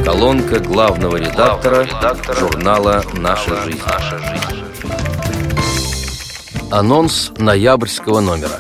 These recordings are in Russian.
Колонка главного редактора журнала «Наша жизнь». Анонс ноябрьского номера.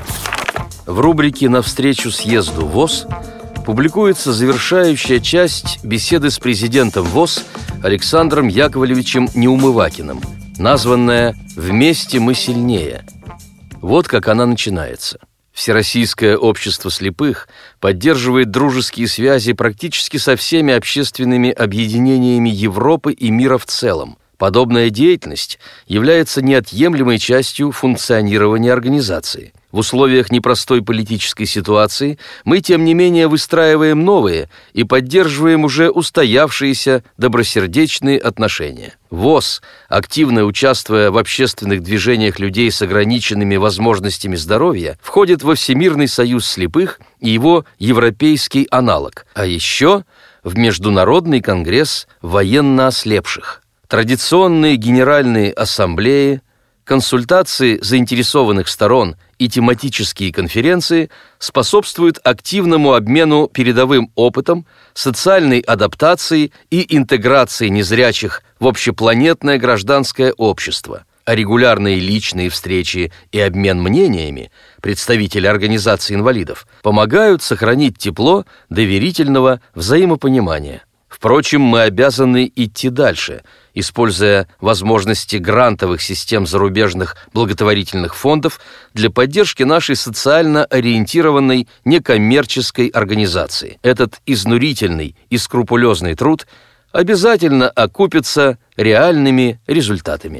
В рубрике «Навстречу съезду ВОС» публикуется завершающая часть беседы с президентом ВОС Александром Яковлевичем Неумывакиным, названная «Вместе мы сильнее». Вот как она начинается. Всероссийское общество слепых поддерживает дружеские связи практически со всеми общественными объединениями Европы и мира в целом. Подобная деятельность является неотъемлемой частью функционирования организации. В условиях непростой политической ситуации мы, тем не менее, выстраиваем новые и поддерживаем уже устоявшиеся добросердечные отношения. ВОС, активно участвуя в общественных движениях людей с ограниченными возможностями здоровья, входит во Всемирный союз слепых и его европейский аналог, а еще в Международный конгресс военно-ослепших. Традиционные генеральные ассамблеи, консультации заинтересованных сторон и тематические конференции способствуют активному обмену передовым опытом, социальной адаптации и интеграции незрячих в общепланетное гражданское общество, а регулярные личные встречи и обмен мнениями представителей организаций инвалидов помогают сохранить тепло доверительного взаимопонимания. Впрочем, мы обязаны идти дальше, используя возможности грантовых систем зарубежных благотворительных фондов для поддержки нашей социально ориентированной некоммерческой организации. Этот изнурительный и скрупулезный труд обязательно окупится реальными результатами.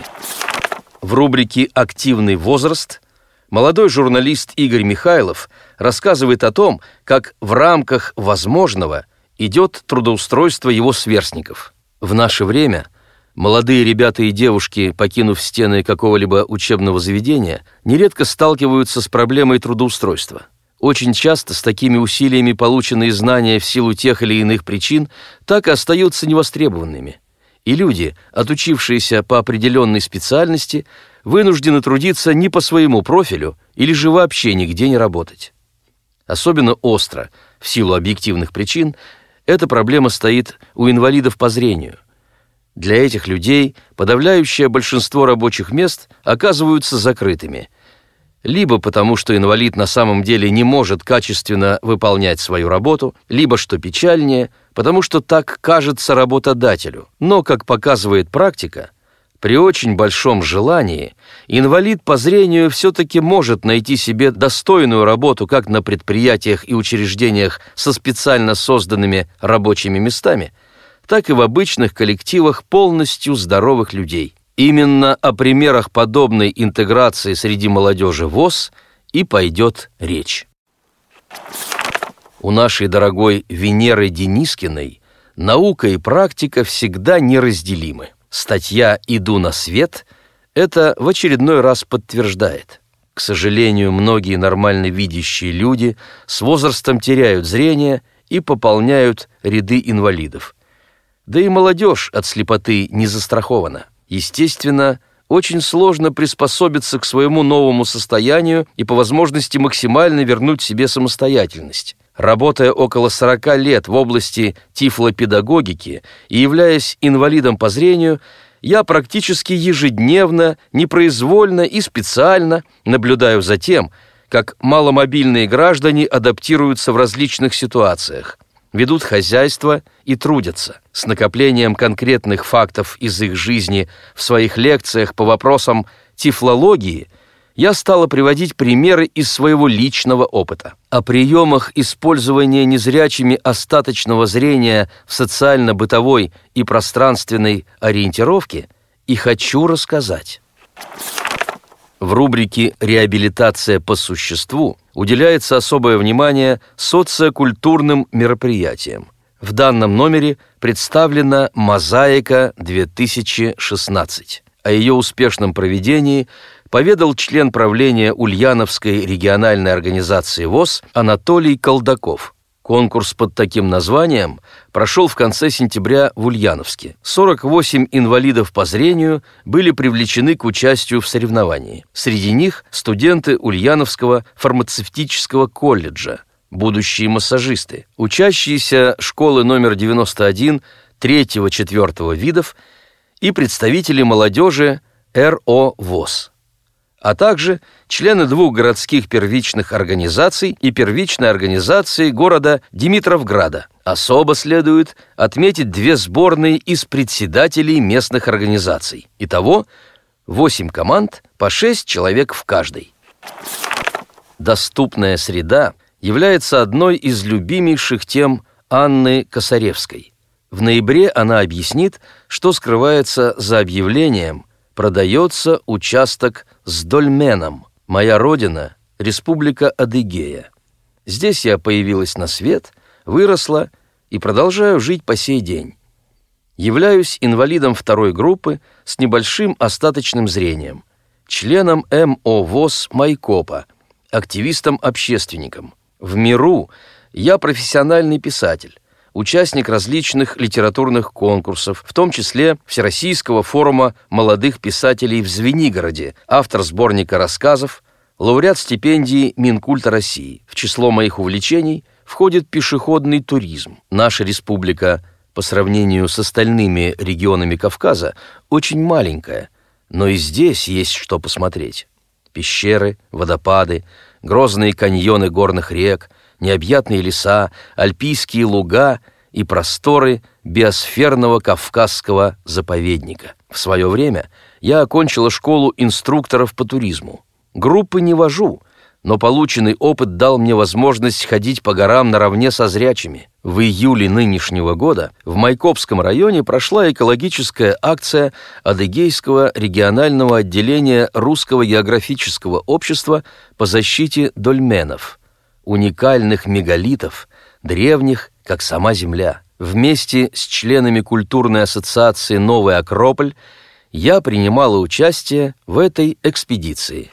В рубрике «Активный возраст» молодой журналист Игорь Михайлов рассказывает о том, как в рамках возможного идет трудоустройство его сверстников. В наше время молодые ребята и девушки, покинув стены какого-либо учебного заведения, нередко сталкиваются с проблемой трудоустройства. Очень часто с такими усилиями полученные знания в силу тех или иных причин так и остаются невостребованными. И люди, отучившиеся по определенной специальности, вынуждены трудиться не по своему профилю или же вообще нигде не работать. Особенно остро, в силу объективных причин, эта проблема стоит у инвалидов по зрению. Для этих людей подавляющее большинство рабочих мест оказываются закрытыми. Либо потому, что инвалид на самом деле не может качественно выполнять свою работу, либо, что печальнее, потому что так кажется работодателю. Но, как показывает практика, при очень большом желании инвалид по зрению все-таки может найти себе достойную работу как на предприятиях и учреждениях со специально созданными рабочими местами, так и в обычных коллективах полностью здоровых людей. Именно о примерах подобной интеграции среди молодежи ВОС и пойдет речь. У нашей дорогой Венеры Денискиной наука и практика всегда неразделимы. Статья «Иду на свет» это в очередной раз подтверждает. К сожалению, многие нормально видящие люди с возрастом теряют зрение и пополняют ряды инвалидов. Да и молодежь от слепоты не застрахована. Естественно, очень сложно приспособиться к своему новому состоянию и по возможности максимально вернуть себе самостоятельность. Работая около 40 лет в области тифлопедагогики и являясь инвалидом по зрению, я практически ежедневно, непроизвольно и специально наблюдаю за тем, как маломобильные граждане адаптируются в различных ситуациях, ведут хозяйство и трудятся. С накоплением конкретных фактов из их жизни в своих лекциях по вопросам тифлологии я стала приводить примеры из своего личного опыта. О приемах использования незрячими остаточного зрения в социально-бытовой и пространственной ориентировке и хочу рассказать. В рубрике «Реабилитация по существу» уделяется особое внимание социокультурным мероприятиям. В данном номере представлена «Мозаика-2016». О ее успешном проведении поведал член правления Ульяновской региональной организации ВОС Анатолий Колдаков. Конкурс под таким названием прошел в конце сентября в Ульяновске. 48 инвалидов по зрению были привлечены к участию в соревновании. Среди них студенты Ульяновского фармацевтического колледжа. будущие массажисты, учащиеся школы номер 91, 3-4 видов и представители молодежи РО ВОС, а также члены 2 городских первичных организаций и первичной организации города Димитровграда. Особо следует отметить 2 сборные из председателей местных организаций. Итого 8 команд, по 6 человек в каждой. Доступная среда является одной из любимейших тем Анны Косаревской. В ноябре она объяснит, что скрывается за объявлением «Продается участок с дольменом. Моя родина – Республика Адыгея. Здесь я появилась на свет, выросла и продолжаю жить по сей день. Являюсь инвалидом 2 группы с небольшим остаточным зрением, членом МО ВОС Майкопа, активистом-общественником. В миру я профессиональный писатель, участник различных литературных конкурсов, в том числе Всероссийского форума молодых писателей в Звенигороде, автор сборника рассказов, лауреат стипендии Минкульта России. В число моих увлечений входит пешеходный туризм. Наша республика, по сравнению с остальными регионами Кавказа, очень маленькая, но и здесь есть что посмотреть. Пещеры, водопады, грозные каньоны горных рек, необъятные леса, альпийские луга и просторы биосферного Кавказского заповедника. В свое время я окончила школу инструкторов по туризму. Группы не вожу, но полученный опыт дал мне возможность ходить по горам наравне со зрячими. В июле нынешнего года в Майкопском районе прошла экологическая акция Адыгейского регионального отделения Русского географического общества по защите дольменов, уникальных мегалитов, древних, как сама Земля. Вместе с членами культурной ассоциации «Новый Акрополь» я принимала участие в этой экспедиции.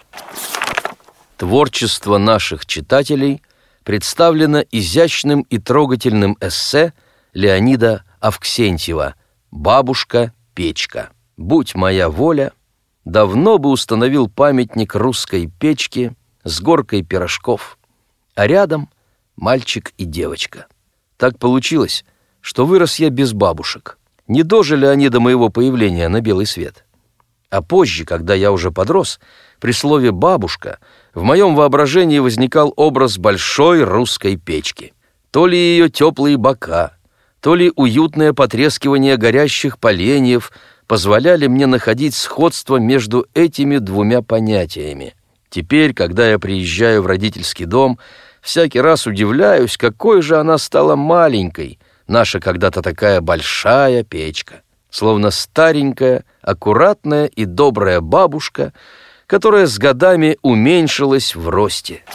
Творчество наших читателей представлено изящным и трогательным эссе Леонида Авксентьева «Бабушка-печка». Будь моя воля, давно бы установил памятник русской печке с горкой пирожков, а рядом мальчик и девочка. Так получилось, что вырос я без бабушек. Не дожили они до моего появления на белый свет. А позже, когда я уже подрос, при слове «бабушка» в моем воображении возникал образ большой русской печки. То ли ее теплые бока, то ли уютное потрескивание горящих поленьев позволяли мне находить сходство между этими 2 понятиями. Теперь, когда я приезжаю в родительский дом, всякий раз удивляюсь, какой же она стала маленькой, наша когда-то такая большая печка, словно старенькая, аккуратная и добрая бабушка, которая с годами уменьшилась в росте.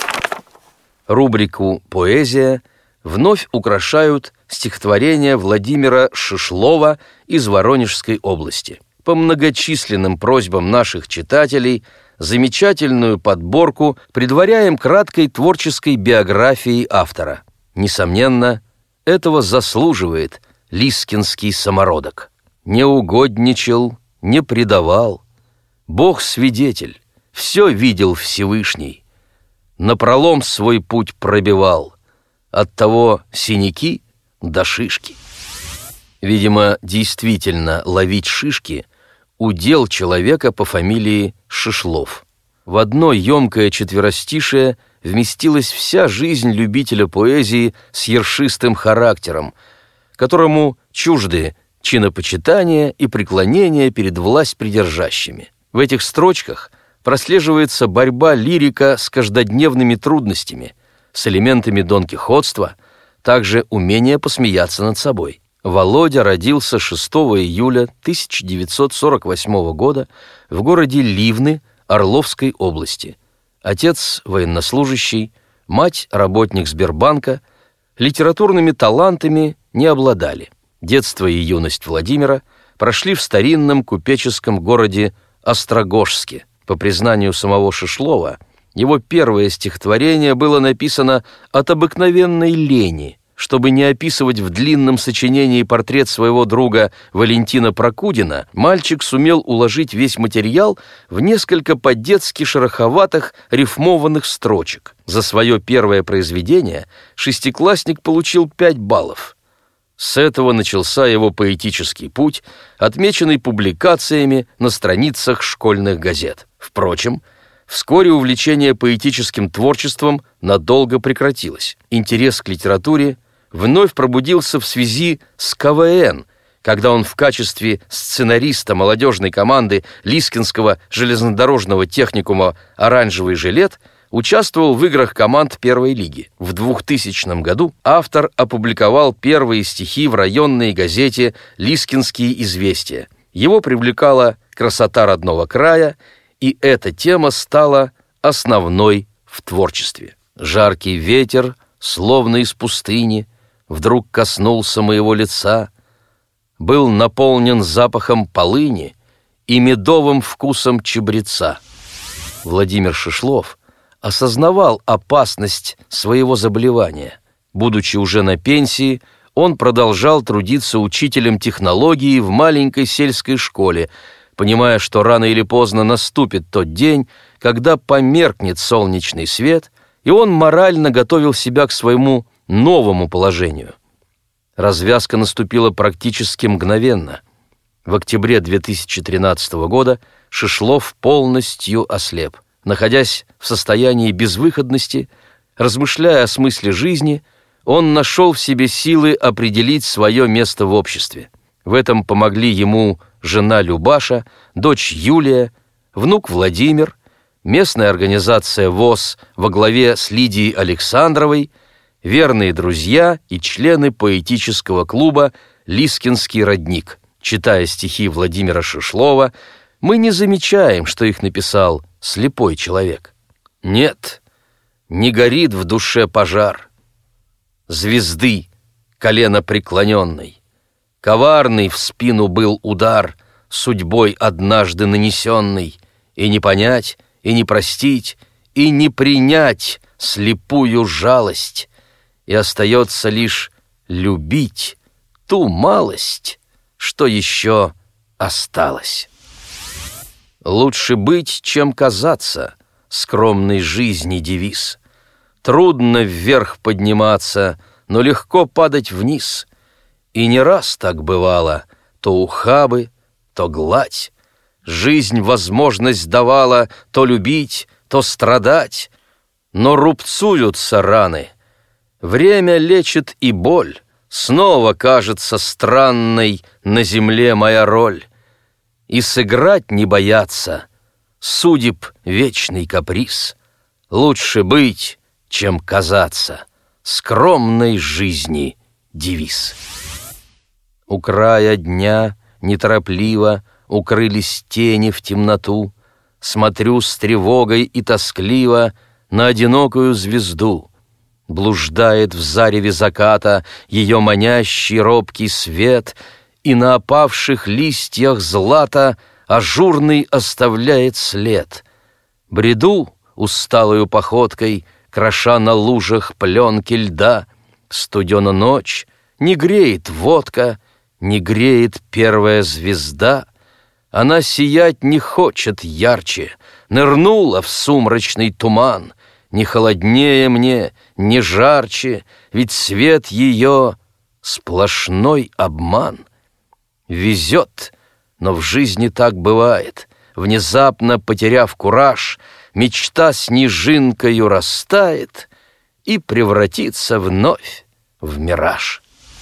Рубрику «Поэзия» вновь украшают стихотворения Владимира Шишлова из Воронежской области. По многочисленным просьбам наших читателей замечательную подборку предваряем краткой творческой биографией автора. Несомненно, этого заслуживает лискинский самородок. Не угодничал, не предавал, Бог свидетель, все видел Всевышний, напролом свой путь пробивал, оттого синяки до шишки. Видимо, действительно ловить шишки – удел человека по фамилии Шишлов. В одно емкое четверостишее вместилась вся жизнь любителя поэзии с ершистым характером, которому чужды чинопочитание и преклонение перед власть придержащими. В этих строчках прослеживается борьба лирика с каждодневными трудностями, с элементами донкихотства, также умение посмеяться над собой. Володя родился 6 июля 1948 года в городе Ливны Орловской области. Отец – военнослужащий, мать – работник Сбербанка, литературными талантами не обладали. Детство и юность Владимира прошли в старинном купеческом городе Острогожске. По признанию самого Шишлова, его первое стихотворение было написано от обыкновенной лени, чтобы не описывать в длинном сочинении портрет своего друга Валентина Прокудина, мальчик сумел уложить весь материал в несколько по-детски шероховатых рифмованных строчек. За свое первое произведение шестиклассник получил 5 баллов. С этого начался его поэтический путь, отмеченный публикациями на страницах школьных газет. Впрочем, вскоре увлечение поэтическим творчеством надолго прекратилось. Интерес к литературе вновь пробудился в связи с КВН, когда он в качестве сценариста молодежной команды Лискинского железнодорожного техникума «Оранжевый жилет» участвовал в играх команд первой лиги. В 2000 году автор опубликовал первые стихи в районной газете «Лискинские известия». Его привлекала красота родного края, и эта тема стала основной в творчестве. «Жаркий ветер, словно из пустыни, вдруг коснулся моего лица, был наполнен запахом полыни и медовым вкусом чабреца». Владимир Шишлов осознавал опасность своего заболевания. Будучи уже на пенсии, он продолжал трудиться учителем технологии в маленькой сельской школе, понимая, что рано или поздно наступит тот день, когда померкнет солнечный свет, и он морально готовил себя к своему новому положению. Развязка наступила практически мгновенно. В октябре 2013 года Шишлов полностью ослеп. Находясь в состоянии безвыходности, размышляя о смысле жизни, он нашел в себе силы определить свое место в обществе. В этом помогли ему жена Любаша, дочь Юлия, внук Владимир, местная организация ВОС во главе с Лидией Александровой, верные друзья и члены поэтического клуба «Лискинский родник». Читая стихи Владимира Шишлова, мы не замечаем, что их написал слепой человек. Нет, не горит в душе пожар звезды коленопреклоненной. Коварный в спину был удар, судьбой однажды нанесенный, и не понять, и не простить, и не принять слепую жалость, и остается лишь любить ту малость, что еще осталось. Лучше быть, чем казаться, скромной жизни девиз. Трудно вверх подниматься, но легко падать вниз. И не раз так бывало, то ухабы, то гладь. Жизнь возможность давала то любить, то страдать. Но рубцуются раны. Время лечит и боль. Снова кажется странной на земле моя роль. И сыграть не бояться, судеб вечный каприз. Лучше быть, чем казаться, скромной жизни девиз. У края дня неторопливо укрылись тени в темноту. Смотрю с тревогой и тоскливо на одинокую звезду. Блуждает в зареве заката ее манящий робкий свет, и на опавших листьях злата ажурный оставляет след. Бреду усталою походкой, кроша на лужах пленки льда. Студена ночь, не греет водка, не греет первая звезда. Она сиять не хочет ярче, нырнула в сумрачный туман. Не холоднее мне, не жарче, ведь свет ее сплошной обман. Везет, но в жизни так бывает. Внезапно потеряв кураж, мечта снежинкою растает и превратится вновь в мираж.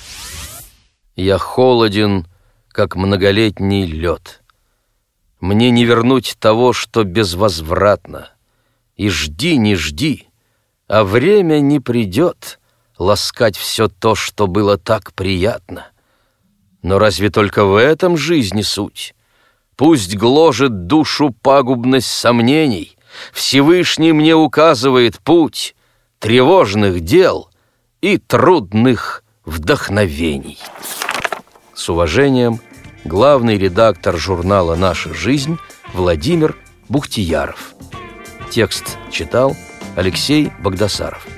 Я холоден, как многолетний лед. Мне не вернуть того, что безвозвратно. И жди, не жди, а время не придет ласкать все то, что было так приятно. Но разве только в этом жизни суть? Пусть гложет душу пагубность сомнений, Всевышний мне указывает путь тревожных дел и трудных вдохновений. С уважением, главный редактор журнала «Наша жизнь» Владимир Бухтияров. Текст читал Алексей Богдасаров.